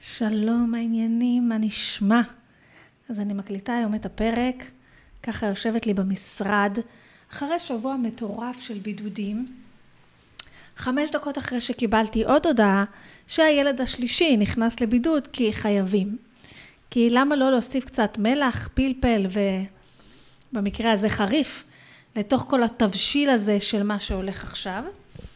שלום, מה העניינים? מה נשמע? אז אני מקליטה היום את הפרק, ככה יושבת לי במשרד, אחרי שבוע מטורף של בידודים. 5 דקות אחרי שקיבלתי עוד הודעה שהילד השלישי נכנס לבידוד כי חייבים. כי למה לא להוסיף קצת מלח, פלפל ובמקרה הזה חריף, לתוך כל התבשיל הזה של מה שהולך עכשיו.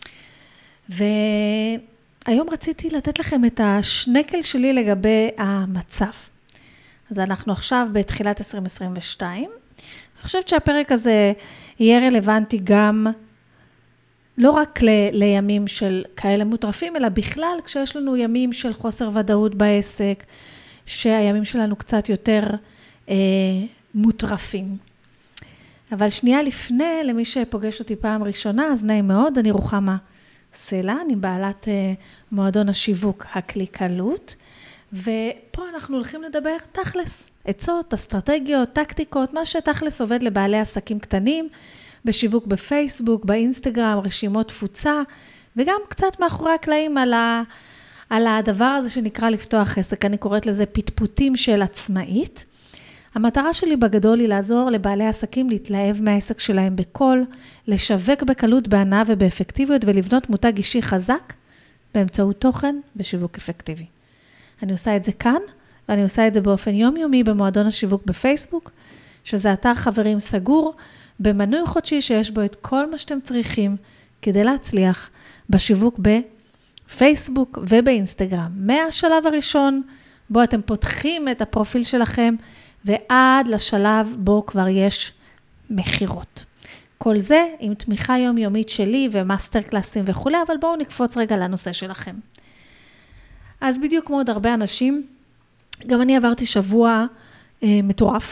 והיום רציתי לתת לכם את השנקל שלי לגבי המצב. אז אנחנו עכשיו בתחילת 2022. אני חושבת שהפרק הזה יהיה רלוונטי גם לא רק לימים של כאלה מוטרפים, אלא בכלל כשיש לנו ימים של חוסר ודאות בעסק, שהימים שלנו קצת יותר מוטרפים. אבל שנייה לפני, למי שפוגש אותי פעם ראשונה, אז נעים מאוד, אני רוחמה סלע, אני בעלת מועדון השיווק הקליקלות, ופה אנחנו הולכים לדבר תכלס, עצות, אסטרטגיות, טקטיקות, מה שתכלס עובד לבעלי עסקים קטנים, בשיווק בפייסבוק, באינסטגרם, רשימות תפוצה, וגם קצת מאחורי הקלעים על הדבר הזה שנקרא לפתוח עסק. אני קוראת לזה פטפוטים של עצמאית. המטרה שלי בגדול היא לעזור לבעלי עסקים להתלהב מהעסק שלהם בכל, לשווק בקלות, בהנאה ובאפקטיביות, ולבנות מותג אישי חזק באמצעות תוכן בשיווק אפקטיבי. אני עושה את זה כאן, ואני עושה את זה באופן יומיומי במועדון השיווק בפייסבוק, שזה אתר חברים סגור, במנוי חודשי שיש בו את כל מה שאתם צריכים כדי להצליח בשיווק בפייסבוק ובאינסטגרם. מהשלב הראשון בו אתם פותחים את הפרופיל שלכם, ועד לשלב בו כבר יש מחירות. כל זה עם תמיכה יומיומית שלי ומאסטר קלאסים וכו', אבל בואו נקפוץ רגע לנושא שלכם. אז בדיוק כמו עוד הרבה אנשים, גם אני עברתי שבוע מטורף,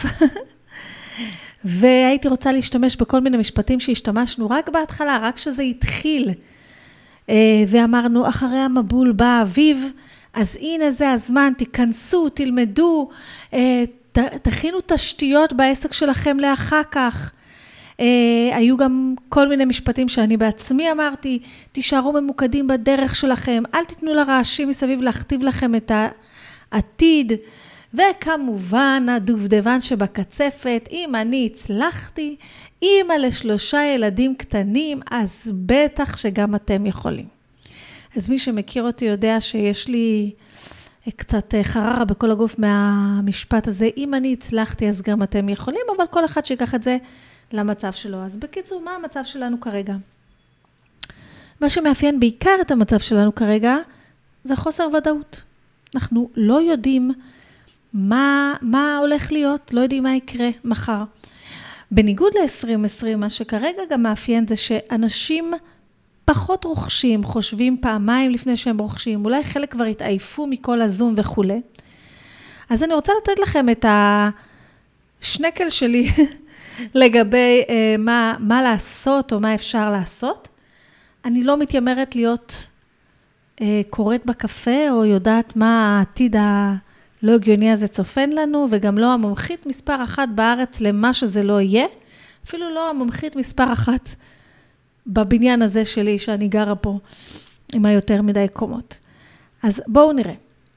והייתי רוצה להשתמש בכל מיני משפטים שהשתמשנו רק בהתחלה, רק שזה התחיל, ואמרנו אחרי המבול בא האביב, אז הנה זה הזמן, תיכנסו, תלמדו, תכינו תשתיות בעסק שלכם לאחר כך. היו גם כל מיני משפטים שאני בעצמי אמרתי, תישארו ממוקדים בדרך שלכם, אל תיתנו לרעשים מסביב להכתיב לכם את העתיד, וכמובן הדובדבן שבקצפת, אם אני הצלחתי, אמא ל3 ילדים קטנים, אז בטח שגם אתם יכולים. אז מי שמכיר אותי יודע שיש לי קצת חררה בכל הגוף מהמשפט הזה, אם אני הצלחתי אז גם אתם יכולים, אבל כל אחד שיקח את זה למצב שלו. אז בקיצור, מה המצב שלנו כרגע? מה שמאפיין בעיקר את המצב שלנו כרגע, זה חוסר ודאות. אנחנו לא יודעים מה הולך להיות, לא יודעים מה יקרה מחר. בניגוד ל-2020, מה שכרגע גם מאפיין זה שאנשים פחות רוכשים, חושבים פעמיים לפני שהם רוכשים, אולי חלק כבר התעייפו מכל הזום וכו'. אז אני רוצה לתת לכם את השנקל שלי לגבי מה לעשות או מה אפשר לעשות. אני לא מתיימרת להיות קוראת בקפה או יודעת מה העתיד הלא הגיוני הזה צופן לנו, וגם לא המומחית מספר 1 בארץ למה שזה לא יהיה, אפילו לא המומחית מספר 1 בבניין הזה שלי שאני גרה פה עם היותר מדי קומות. אז בואו נראה.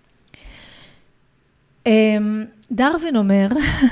דרווין אומר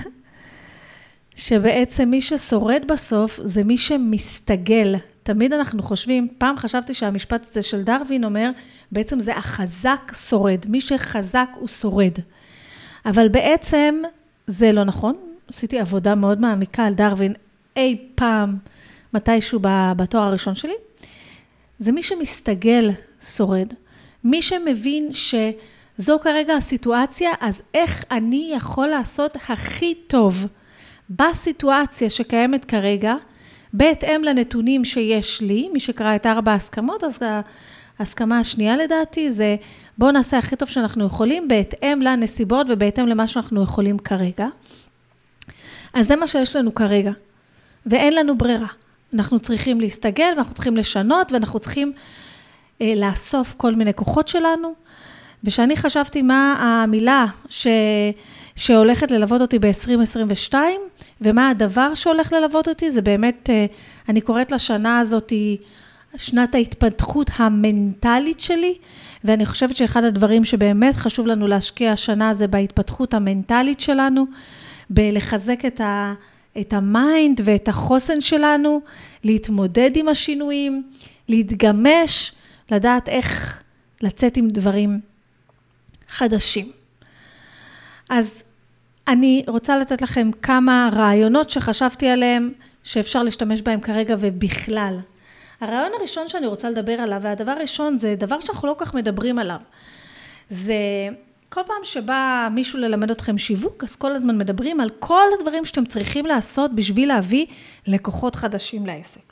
שבעצם מי ששורד בסוף זה מי שמסתגל. תמיד אנחנו חושבים, פעם חשבתי שהמשפט הזה של דרווין אומר, בעצם זה החזק שורד, מי שחזק הוא שורד. אבל בעצם זה לא נכון. עשיתי עבודה מאוד מעמיקה על דרווין אי פעם, מתישהו בתואר הראשון שלי. זה מי שמסתגל שורד. מי שמבין שזו כרגע הסיטואציה, אז איך אני יכול לעשות הכי טוב בסיטואציה שקיימת כרגע, בהתאם לנתונים שיש לי, מי שקרא את 4 הסכמות, אז ההסכמה השנייה לדעתי זה, בואו נעשה הכי טוב שאנחנו יכולים, בהתאם לנסיבות ובהתאם למה שאנחנו יכולים כרגע. אז זה מה שיש לנו כרגע, ואין לנו ברירה. אנחנו צריכים להסתגל, ואנחנו צריכים לשנות, ואנחנו צריכים לאסוף כל מיני כוחות שלנו. ושאני חשבתי מה המילה שהולכת ללוות אותי ב-2022, ומה הדבר שהולך ללוות אותי, זה באמת, אני קוראת לשנה הזאת שנת ההתפתחות המנטלית שלי, ואני חושבת שאחד הדברים שבאמת חשוב לנו להשקיע השנה זה בהתפתחות המנטלית שלנו, בלחזק את המיינד ואת החוסן שלנו, להתמודד עם השינויים, להתגמש, לדעת איך לצאת עם דברים חדשים. אז אני רוצה לתת לכם כמה רעיונות שחשבתי עליהם, שאפשר להשתמש בהם כרגע ובכלל. הרעיון הראשון שאני רוצה לדבר עליו, והדבר הראשון זה דבר שאנחנו לא כל כך מדברים עליו. זה כל פעם שבא מישהו ללמד אתכם שיווק, אז כל הזמן מדברים על כל הדברים שאתם צריכים לעשות בשביל להביא לקוחות חדשים לעסק.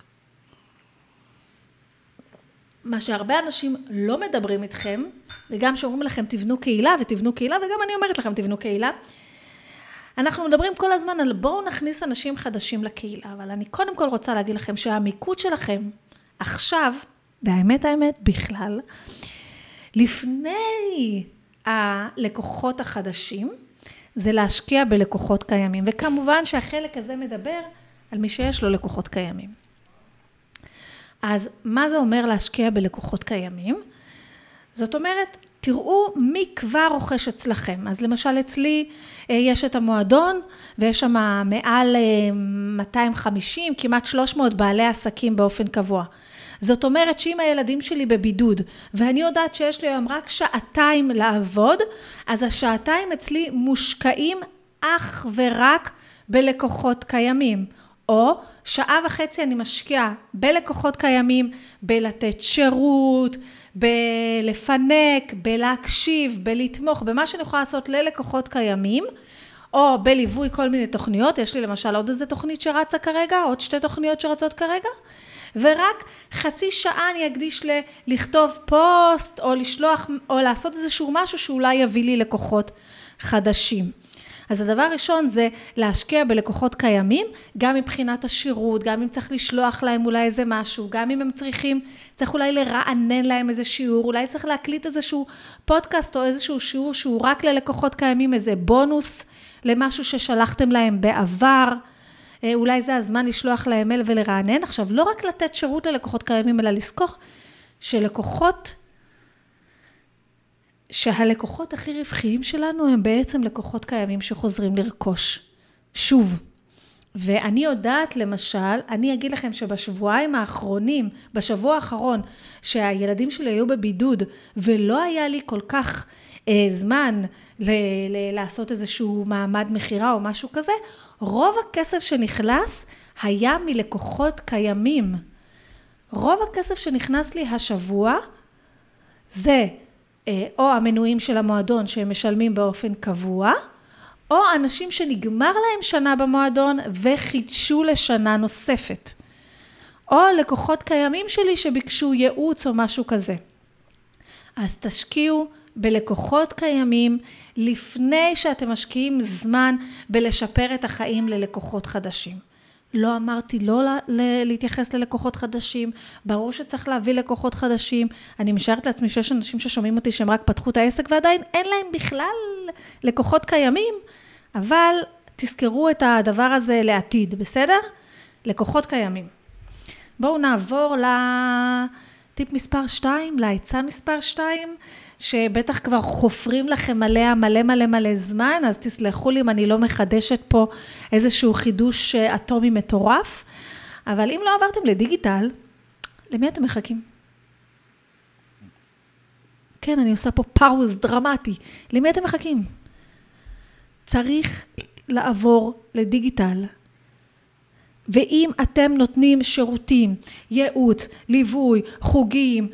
מה שהרבה אנשים לא מדברים איתכם, וגם שאומרים לכם תבנו קהילה ותבנו קהילה, וגם אני אומרת לכם תבנו קהילה, אנחנו מדברים כל הזמן על בואו נכניס אנשים חדשים לקהילה, אבל אני קודם כל רוצה להגיד לכם שהמיקוד שלכם עכשיו, והאמת בכלל, לפני הלקוחות החדשים, זה להשקיע בלקוחות קיימים, וכמובן שהחלק הזה מדבר על מי שיש לו לקוחות קיימים. אז מה זה אומר להשקיע בלקוחות קיימים? זאת אומרת, תראו מי כבר רוכש אצלכם. אז למשל אצלי יש את המועדון, ויש שם מעל 250, כמעט 300 בעלי עסקים באופן קבוע. זאת אומרת שאם הילדים שלי בבידוד, ואני יודעת שיש לי היום רק שעתיים לעבוד, אז השעתיים אצלי מושקעים אך ורק בלקוחות קיימים. או שעה וחצי אני משקיעה בלקוחות קיימים, בלתת שירות, בלפנק, בלהקשיב, בלתמוך, במה שאני יכולה לעשות ללקוחות קיימים, או בליווי כל מיני תוכניות. יש לי למשל עוד איזה תוכנית שרצה כרגע, עוד 2 תוכניות שרצות כרגע, ורק חצי שעה אני אקדיש לכתוב פוסט, או לשלוח, או לעשות איזשהו משהו שאולי יביא לי לקוחות חדשים. אז הדבר הראשון זה להשקיע בלקוחות קיימים, גם מבחינת השירות, גם אם צריך לשלוח להם אולי איזה משהו, גם אם הם צריך אולי לרענן להם איזה שיעור, אולי צריך להקליט איזשהו פודקאסט או איזשהו שיעור שהוא רק ללקוחות קיימים, איזה בונוס למשהו ששלחתם להם בעבר, אולי זה הזמן לשלוח להם מייל ולרענן. עכשיו, לא רק לתת שירות ללקוחות קיימים, אלא לזכור שהלקוחות הכי רווחיים שלנו הם בעצם לקוחות קיימים שחוזרים לרכוש. שוב, ואני יודעת למשל, אני אגיד לכם שבשבועיים האחרונים, בשבוע האחרון, שהילדים שלי היו בבידוד, ולא היה לי כל כך זמן לעשות איזשהו מעמד מחירה או משהו כזה, רוב הכסף שנכנס היה מלקוחות קיימים. רוב הכסף שנכנס לי השבוע זה או המנויים של המועדון שהם משלמים באופן קבוע, או אנשים שנגמר להם שנה במועדון וחידשו לשנה נוספת. או לקוחות קיימים שלי שביקשו ייעוץ או משהו כזה. אז תשקיעו בלקוחות קיימים לפני שאתם משקיעים זמן בלשפר את החיים ללקוחות חדשים. לא אמרתי לא להתייחס ללקוחות חדשים, ברור שצריך להביא לקוחות חדשים, אני משערת לעצמי שיש אנשים ששומעים אותי שהם רק פתחו את העסק ועדיין אין להם בכלל לקוחות קיימים, אבל תזכרו את הדבר הזה לעתיד, בסדר? לקוחות קיימים. בואו נעבור לטיפ מספר 2, לעצה מספר 2, שבטח כבר חופרים לכם עליה מלא זמן, אז תסלחו לי אם אני לא מחדשת פה איזשהו חידוש אטומי מטורף, אבל אם לא עברתם לדיגיטל, למי אתם מחכים? כן, אני עושה פה פאוז דרמטי. למי אתם מחכים? צריך לעבור לדיגיטל. ואם אתם נותנים שירותים, ייעוץ, ליווי, חוגים,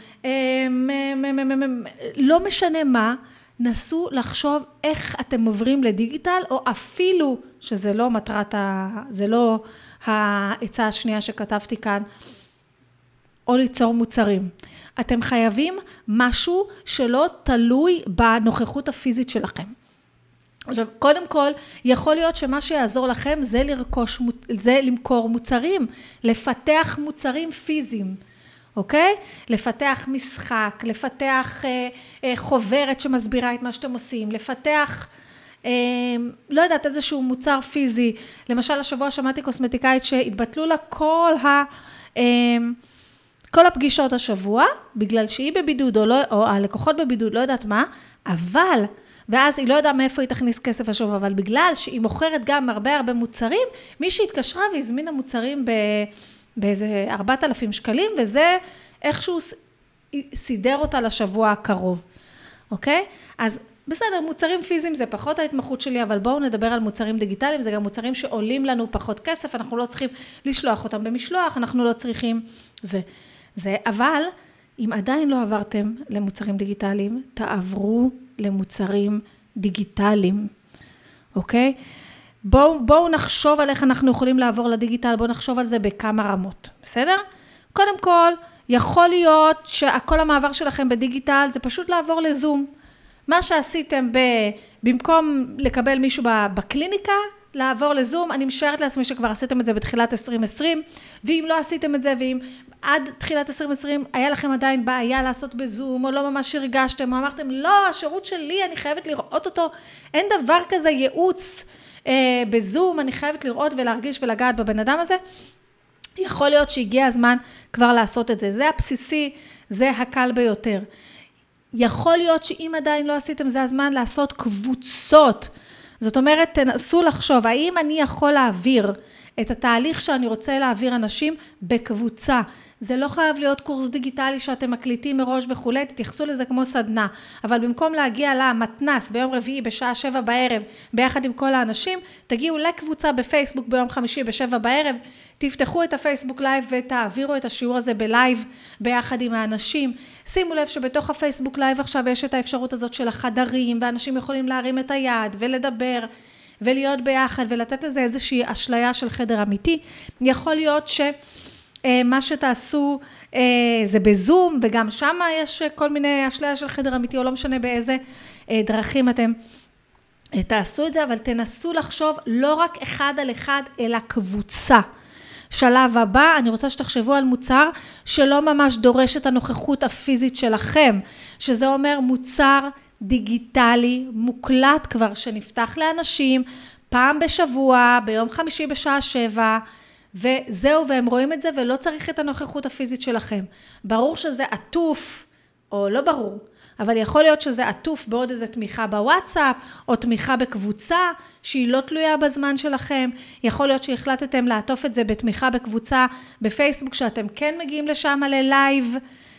לא משנה מה, נסו לחשוב איך אתם עוברים לדיגיטל, או אפילו שזה לא זה לא העצה השנייה שכתבתי כאן, או ליצור מוצרים. אתם חייבים משהו שלא תלוי בנוכחות הפיזית שלכם. עכשיו, קודם כל, יכול להיות שמה שיעזור לכם זה למכור מוצרים, לפתח מוצרים פיזיים, אוקיי? לפתח משחק, לפתח חוברת שמסבירה את מה שאתם עושים, לפתח, לא יודעת, איזשהו מוצר פיזי. למשל, השבוע שמעתי קוסמטיקאית שהתבטלו לה כל הפגישות השבוע, בגלל שהיא בבידוד או הלקוחות בבידוד, לא יודעת מה, אבל, ואז היא לא יודעה מאיפה היא תכניס כסף השבוע, אבל בגלל שהיא מוכרת גם הרבה מוצרים, מי שהתקשרה והזמינה מוצרים באיזה 4,000 שקלים, וזה איכשהו סידר אותה לשבוע הקרוב, אוקיי? אז בסדר, מוצרים פיזיים זה פחות ההתמחות שלי, אבל בואו נדבר על מוצרים דיגיטליים, זה גם מוצרים שעולים לנו פחות כסף, אנחנו לא צריכים לשלוח אותם במשלוח, אנחנו לא צריכים זה. אבל אם עדיין לא עברתם למוצרים דיגיטליים, תעברו למוצרים דיגיטליים, אוקיי? בואו נחשוב על איך אנחנו יכולים לעבור לדיגיטל, בואו נחשוב על זה בכמה רמות, בסדר? קודם כל, יכול להיות שכל המעבר שלכם בדיגיטל זה פשוט לעבור לזום. מה שעשיתם במקום לקבל מישהו בקליניקה, לעבור לזום, אני משערת לעצמי שכבר עשיתם את זה בתחילת 2020, ואם לא עשיתם את זה, ואם עד תחילת 2020 היה לכם עדיין בעיה לעשות בזום, או לא ממש הרגשתם, או אמרתם, לא, השירות שלי, אני חייבת לראות אותו, אין דבר כזה ייעוץ בזום, אני חייבת לראות ולהרגיש ולגעת בבן אדם הזה, יכול להיות שהגיע הזמן כבר לעשות את זה. זה הבסיסי, זה הקל ביותר. יכול להיות שאם עדיין לא עשיתם, זה הזמן לעשות קבוצות. זאת אומרת, תנסו לחשוב, האם אני יכול להעביר את התהליך שאני רוצה להעביר אנשים בקבוצה. זה לא חייב להיות קורס דיגיטלי שאתם מקליטים מראש וכו', תתייחסו לזה כמו סדנה. אבל במקום להגיע למתנס ביום רביעי בשעה 7 בערב, ביחד עם כל האנשים, תגיעו לקבוצה בפייסבוק ביום חמישי ב7 בערב, תפתחו את הפייסבוק לייב ותעבירו את השיעור הזה בלייב ביחד עם האנשים. שימו לב שבתוך הפייסבוק לייב עכשיו יש את האפשרות הזאת של החדרים, ואנשים יכולים להרים את היד ולדבר ולהיות ביחד ולתת לזה איזושהי אשליה של חדר אמיתי. יכול להיות שמה שתעשו זה בזום, וגם שם יש כל מיני אשליה של חדר אמיתי, או לא משנה באיזה דרכים אתם תעשו את זה, אבל תנסו לחשוב לא רק אחד על אחד, אלא קבוצה. שלב הבא, אני רוצה שתחשבו על מוצר שלא ממש דורש את הנוכחות הפיזית שלכם, שזה אומר מוצר דיגיטלי מוקלט כבר שנפתח לאנשים פעם בשבוע, ביום חמישי בשעה 7, וזהו, והם רואים את זה ולא צריך את הנוכחות הפיזית שלכם. ברור שזה עטוף, או לא ברור, אבל יכול להיות שזה עטוף בעוד איזו תמיכה בוואטסאפ, או תמיכה בקבוצה שהיא לא תלויה בזמן שלכם. יכול להיות שהחלטתם לעטוף את זה בתמיכה בקבוצה בפייסבוק, שאתם כן מגיעים לשם ללייב,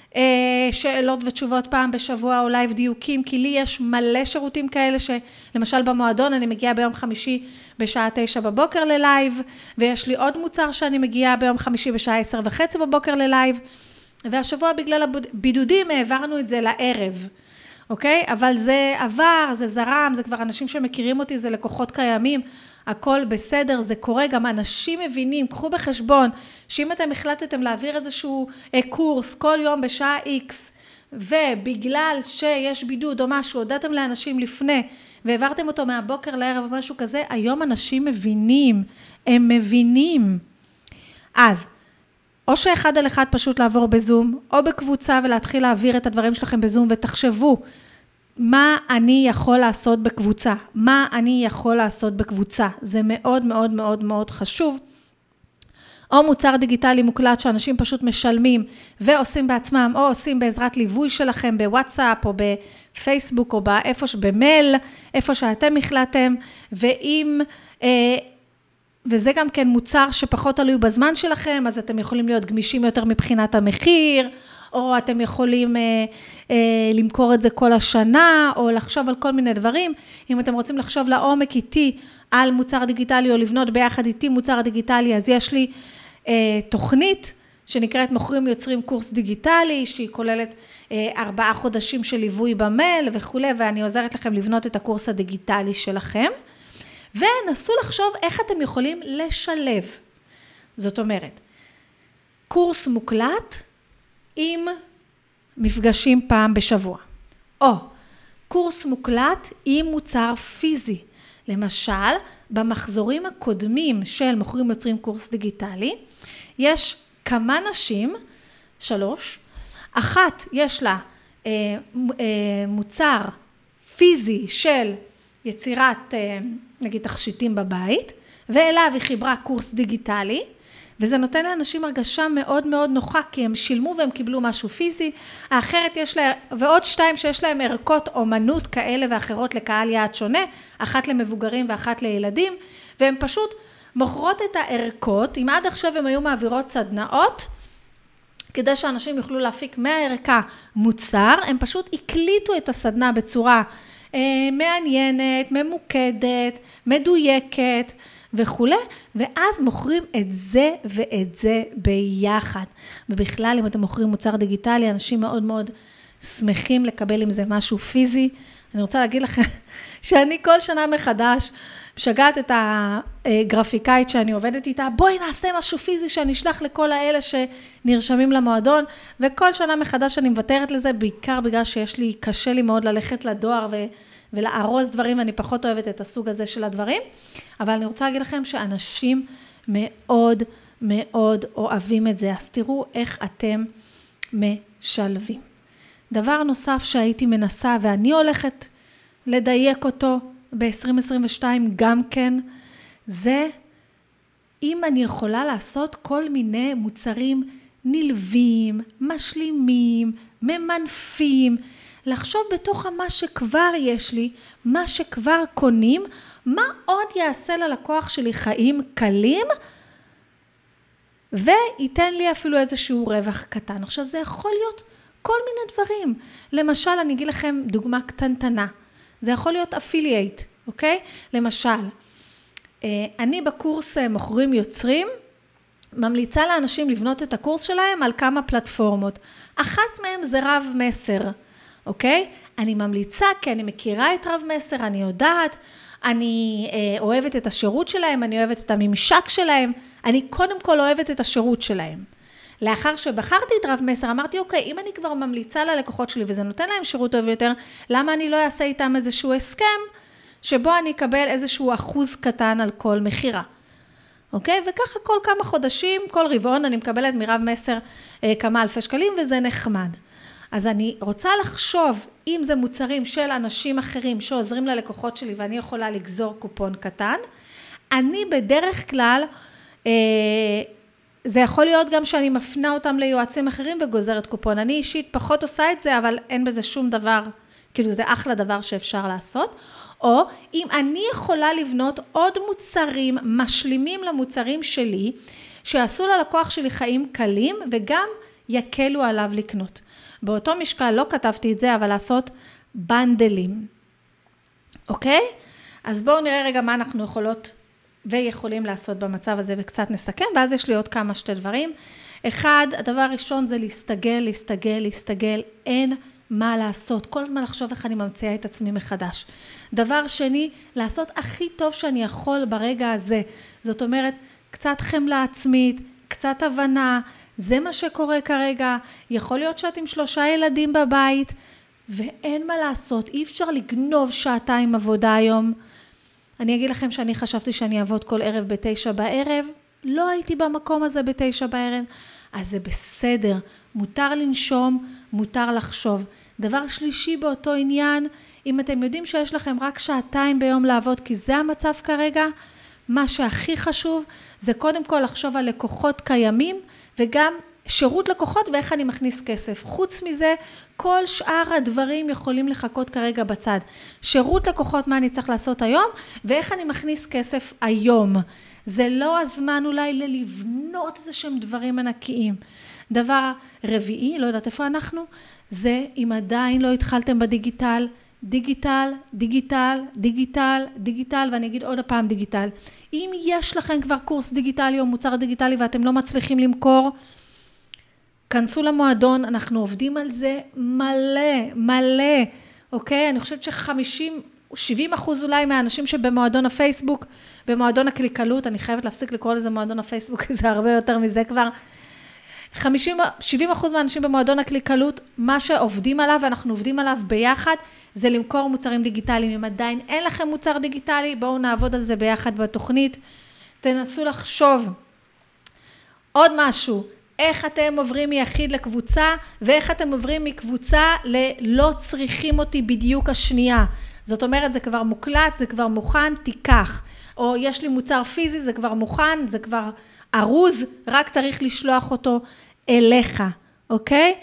שאלות ותשובות פעם בשבוע, או לייב דיוקים, כי לי יש מלא שירותים כאלה, שלמשל במועדון אני מגיעה ביום חמישי בשעה 9 בבוקר ללייב, ויש לי עוד מוצר שאני מגיעה ביום חמישי בשעה 10:30 בבוקר ללייב, והשבוע בגלל הבידודים העברנו את זה לערב, אוקיי? אבל זה עבר, זה זרם, זה כבר אנשים שמכירים אותי, זה לקוחות קיימים, הכל בסדר, זה קורה, גם אנשים מבינים, קחו בחשבון, שאם אתם החלטתם להעביר איזשהו קורס כל יום בשעה X, ובגלל שיש בידוד או משהו, הודעתם לאנשים לפני, והעברתם אותו מהבוקר לערב או משהו כזה, היום אנשים מבינים, הם מבינים. אז, או שאחד על אחד פשוט לעבור בזום, או בקבוצה ולהתחיל להעביר את הדברים שלכם בזום, ותחשבו, מה אני יכול לעשות בקבוצה? מה אני יכול לעשות בקבוצה? זה מאוד מאוד מאוד מאוד חשוב. או מוצר דיגיטלי מוקלט שאנשים פשוט משלמים ועושים בעצמם, או עושים בעזרת ליווי שלכם בוואטסאפ או בפייסבוק או במייל, איפה שאתם החלטתם, וזה גם כן מוצר שפחות תלוי בזמן שלכם, אז אתם יכולים להיות גמישים יותר מבחינת המחיר, או אתם יכולים למכור את זה כל השנה, או לחשוב על כל מיני דברים. אם אתם רוצים לחשוב לעומק איתי על מוצר דיגיטלי, או לבנות ביחד איתי מוצר דיגיטלי, אז יש לי תוכנית שנקראת מוכרים יוצרים קורס דיגיטלי, שהיא כוללת 4 חודשים של ליווי במייל וכו', ואני עוזרת לכם לבנות את הקורס הדיגיטלי שלכם. ונסו לחשוב איך אתם יכולים לשלב. זאת אומרת, קורס מוקלט עם מפגשים פעם בשבוע. או קורס מוקלט עם מוצר פיזי. למשל, במחזורים הקודמים של מוכרים יוצרים קורס דיגיטלי, יש כמה נשים, 3, אחת יש לה מוצר פיזי של יצירת, נגיד, תכשיטים בבית, ואליו היא חיברה קורס דיגיטלי, וזה נותן לאנשים הרגשה מאוד מאוד נוחה, כי הם שילמו והם קיבלו משהו פיזי, האחרת יש לה, ועוד 2 שיש להם ערכות אומנות כאלה ואחרות לקהל יעד שונה, אחת למבוגרים ואחת לילדים, והם פשוט מוכרות את הערכות, אם עד עכשיו הם היו מעבירות סדנאות, כדי שאנשים יוכלו להפיק מהערכה מוצר, הם פשוט הקליטו את הסדנה בצורה מעניינת, ממוקדת, מדויקת וכו', ואז מוכרים את זה ואת זה ביחד. ובכלל, אם אתם מוכרים מוצר דיגיטלי, אנשים מאוד מאוד שמחים לקבל עם זה משהו פיזי. אני רוצה להגיד לכם שאני כל שנה מחדש משגעת את הגרפיקאית שאני עובדת איתה, בואי נעשה משהו פיזי שאני אשלח לכל האלה שנרשמים למועדון, וכל שנה מחדש אני מוותרת לזה, בעיקר בגלל קשה לי מאוד ללכת לדואר ולארוז דברים, ואני פחות אוהבת את הסוג הזה של הדברים, אבל אני רוצה להגיד לכם שאנשים מאוד מאוד אוהבים את זה, אז תראו איך אתם משלבים. דבר נוסף שהייתי מנסה, ואני הולכת לדייק אותו ב-2022 גם כן, זה אם אני יכולה לעשות כל מיני מוצרים נלווים, משלימים, ממנפים, לחשוב בתוך מה שכבר יש לי, מה שכבר קונים, מה עוד יעשה ללקוח שלי חיים קלים, וייתן לי אפילו איזשהו רווח קטן. עכשיו זה יכול להיות כל מיני דברים. למשל, אני אגיד לכם דוגמה קטנטנה. זה יכול להיות אפילייט, אוקיי? למשל, אני בקורס מוכרים יוצרים, ממליצה לאנשים לבנות את הקורס שלהם על כמה פלטפורמות. אחת מהם זה רב מסר, אוקיי? אני ממליצה כי אני מכירה את רב מסר, אני יודעת, אני אוהבת את השירות שלהם, אני אוהבת את הממשק שלהם, אני קודם כל אוהבת את השירות שלהם. לאחר שבחרתי את רב מסר, אמרתי, אוקיי, אם אני כבר ממליצה ללקוחות שלי, וזה נותן להם שירות טוב יותר, למה אני לא אעשה איתם איזשהו הסכם, שבו אני אקבל איזשהו אחוז קטן על כל מחירה. אוקיי? וככה כל כמה חודשים, כל רבעון, אני מקבלת מרב מסר כמה אלפי שקלים, וזה נחמד. אז אני רוצה לחשוב, אם זה מוצרים של אנשים אחרים, שעוזרים ללקוחות שלי, ואני יכולה לגזור קופון קטן, אני בדרך כלל, זה יכול להיות גם שאני מפנה אותם ליועצים אחרים וגוזרת קופון. אני אישית פחות עושה את זה, אבל אין בזה שום דבר, כאילו זה אחלה דבר שאפשר לעשות. או אם אני יכולה לבנות עוד מוצרים משלימים למוצרים שלי, שיעשו ללקוח שלי חיים קלים וגם יקלו עליו לקנות. באותו משקל לא כתבתי את זה, אבל לעשות בנדלים. אוקיי? אז בואו נראה רגע מה אנחנו יכולים לעשות במצב הזה וקצת נסכם, ואז יש לי עוד כמה שתי דברים. אחד, הדבר הראשון זה להסתגל, אין מה לעשות, כל הזמן לחשוב איך אני ממציאה את עצמי מחדש. דבר שני, לעשות הכי טוב שאני יכול ברגע הזה. זאת אומרת, קצת חמלה עצמית, קצת הבנה, זה מה שקורה כרגע, יכול להיות שאת עם 3 ילדים בבית, ואין מה לעשות, אי אפשר לגנוב 2 עבודה היום. אני אגיד לכם שאני חשבתי שאני אעבוד כל ערב ב9 בערב, לא הייתי במקום הזה ב9 בערב, אז זה בסדר, מותר לנשום, מותר לחשוב. דבר שלישי באותו עניין, אם אתם יודעים שיש לכם רק 2 ביום לעבוד, כי זה המצב כרגע, מה שהכי חשוב זה קודם כל לחשוב על לקוחות קיימים, וגם שירות לקוחות ואיך אני מכניס כסף. חוץ מזה, כל שאר הדברים יכולים לחכות כרגע בצד. שירות לקוחות, מה אני צריך לעשות היום, ואיך אני מכניס כסף היום. זה לא הזמן אולי לבנות איזה שהם דברים ענקיים. דבר רביעי, לא יודעת איפה אנחנו, זה אם עדיין לא התחלתם בדיגיטל, דיגיטל, ואני אגיד עוד הפעם דיגיטל. אם יש לכם כבר קורס דיגיטלי או מוצר דיגיטלי ואתם לא מצליחים למכור, כנסו למועדון, אנחנו עובדים על זה מלא, אוקיי? אני חושבת ש50-70% אולי מהאנשים שבמועדון הפייסבוק, במועדון הקליקלות, אני חייבת להפסיק לקרוא לזה מועדון הפייסבוק, כי זה הרבה יותר מזה כבר, 70% מהאנשים במועדון הקליקלות, מה שעובדים עליו, ואנחנו עובדים עליו ביחד, זה למכור מוצרים דיגיטליים. אם עדיין אין לכם מוצר דיגיטלי, בואו נעבוד על זה ביחד בתוכנית. תנסו לחשוב עוד משהו, איך אתם עוברים מיחיד לקבוצה, ואיך אתם עוברים מקבוצה ללא צריכים אותי בדיוק השנייה. זאת אומרת, זה כבר מוקלט, זה כבר מוכן, תיקח. או יש לי מוצר פיזי, זה כבר מוכן, זה כבר ארוז, רק צריך לשלוח אותו אליך, אוקיי?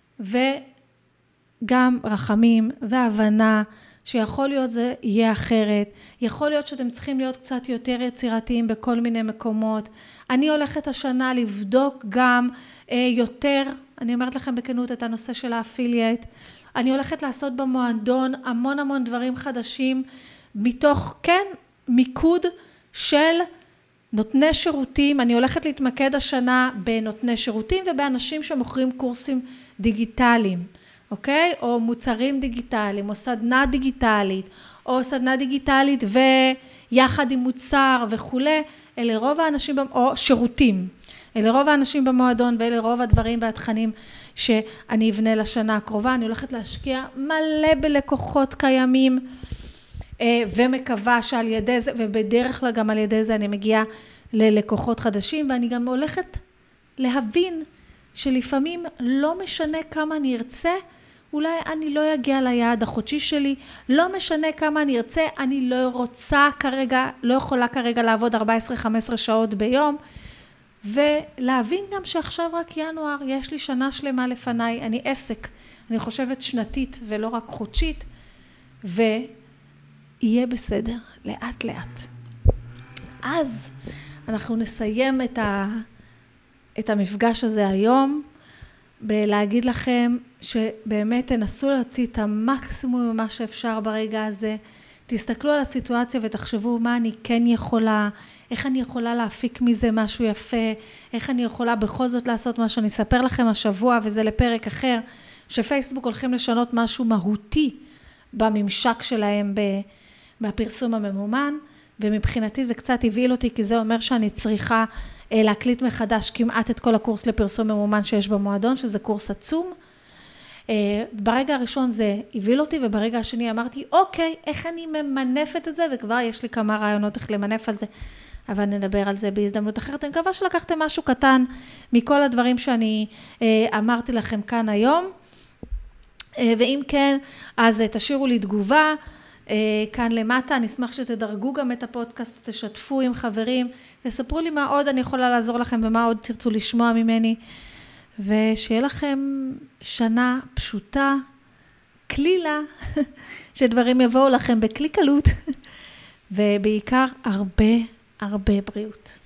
וגם רחמים והבנה, שיכול להיות זה יהיה אחרת, יכול להיות שאתם צריכים להיות קצת יותר יצירתיים בכל מיני מקומות. אני הולכת השנה לבדוק גם יותר, אני אומרת לכם בכנות את הנושא של האפילייט, אני הולכת לעשות במועדון המון דברים חדשים, מתוך, כן, מיקוד של נותני שירותים. אני הולכת להתמקד השנה בנותני שירותים ובאנשים שמוכרים קורסים דיגיטליים, אוקיי? או מוצרים דיגיטליים, או סדנה דיגיטלית, או סדנה דיגיטלית ויחד עם מוצר וכו'. אלה רוב האנשים, או שירותים. אלה רוב האנשים במועדון, ואלה רוב הדברים והתכנים שאני אבנה לשנה הקרובה. אני הולכת להשקיע מלא בלקוחות קיימים, ומקווה שעל ידי זה, ובדרך כלל גם על ידי זה אני מגיעה ללקוחות חדשים, ואני גם הולכת להבין שלפעמים לא משנה כמה אני ארצה, אולי אני לא אגיע ליעד החודשי שלי, לא משנה כמה אני ארצה, אני לא רוצה כרגע, לא יכולה כרגע לעבוד 14-15 שעות ביום, ולהבין גם שעכשיו רק ינואר, יש לי שנה שלמה לפניי, אני עסק, אני חושבת שנתית ולא רק חודשית, ויהיה בסדר, לאט לאט. אז אנחנו נסיים את המפגש הזה היום, בלהגיד לכם שבאמת תנסו להוציא את המקסימום ממה שאפשר ברגע הזה, תסתכלו על הסיטואציה ותחשבו מה אני כן יכולה, איך אני יכולה להפיק מזה משהו יפה, איך אני יכולה בכל זאת לעשות משהו. אני אספר לכם השבוע, וזה לפרק אחר, שפייסבוק הולכים לשנות משהו מהותי בממשק שלהם בפרסום הממומן, ומבחינתי זה קצת הבהיל אותי, כי זה אומר שאני צריכה להקליט מחדש כמעט את כל הקורס לפרסום ממומן שיש במועדון, שזה קורס עצום. ברגע הראשון זה הבהיל אותי, וברגע השני אמרתי, אוקיי, איך אני ממנפת את זה, וכבר יש לי כמה רעיונות איך למנף על זה, אבל נדבר על זה בהזדמנות אחרת. אני מקווה שלקחתם משהו קטן מכל הדברים שאני אמרתי לכם כאן היום, ואם כן, אז תשאירו לי תגובה, כאן למטה. אני אשמח שתדרגו גם את הפודקאסט, תשתפו עם חברים, תספרו לי מה עוד אני יכולה לעזור לכם, ומה עוד תרצו לשמוע ממני, ושיהיה לכם שנה פשוטה, כלילה, שדברים יבואו לכם בכלי קלות, ובעיקר הרבה בריאות.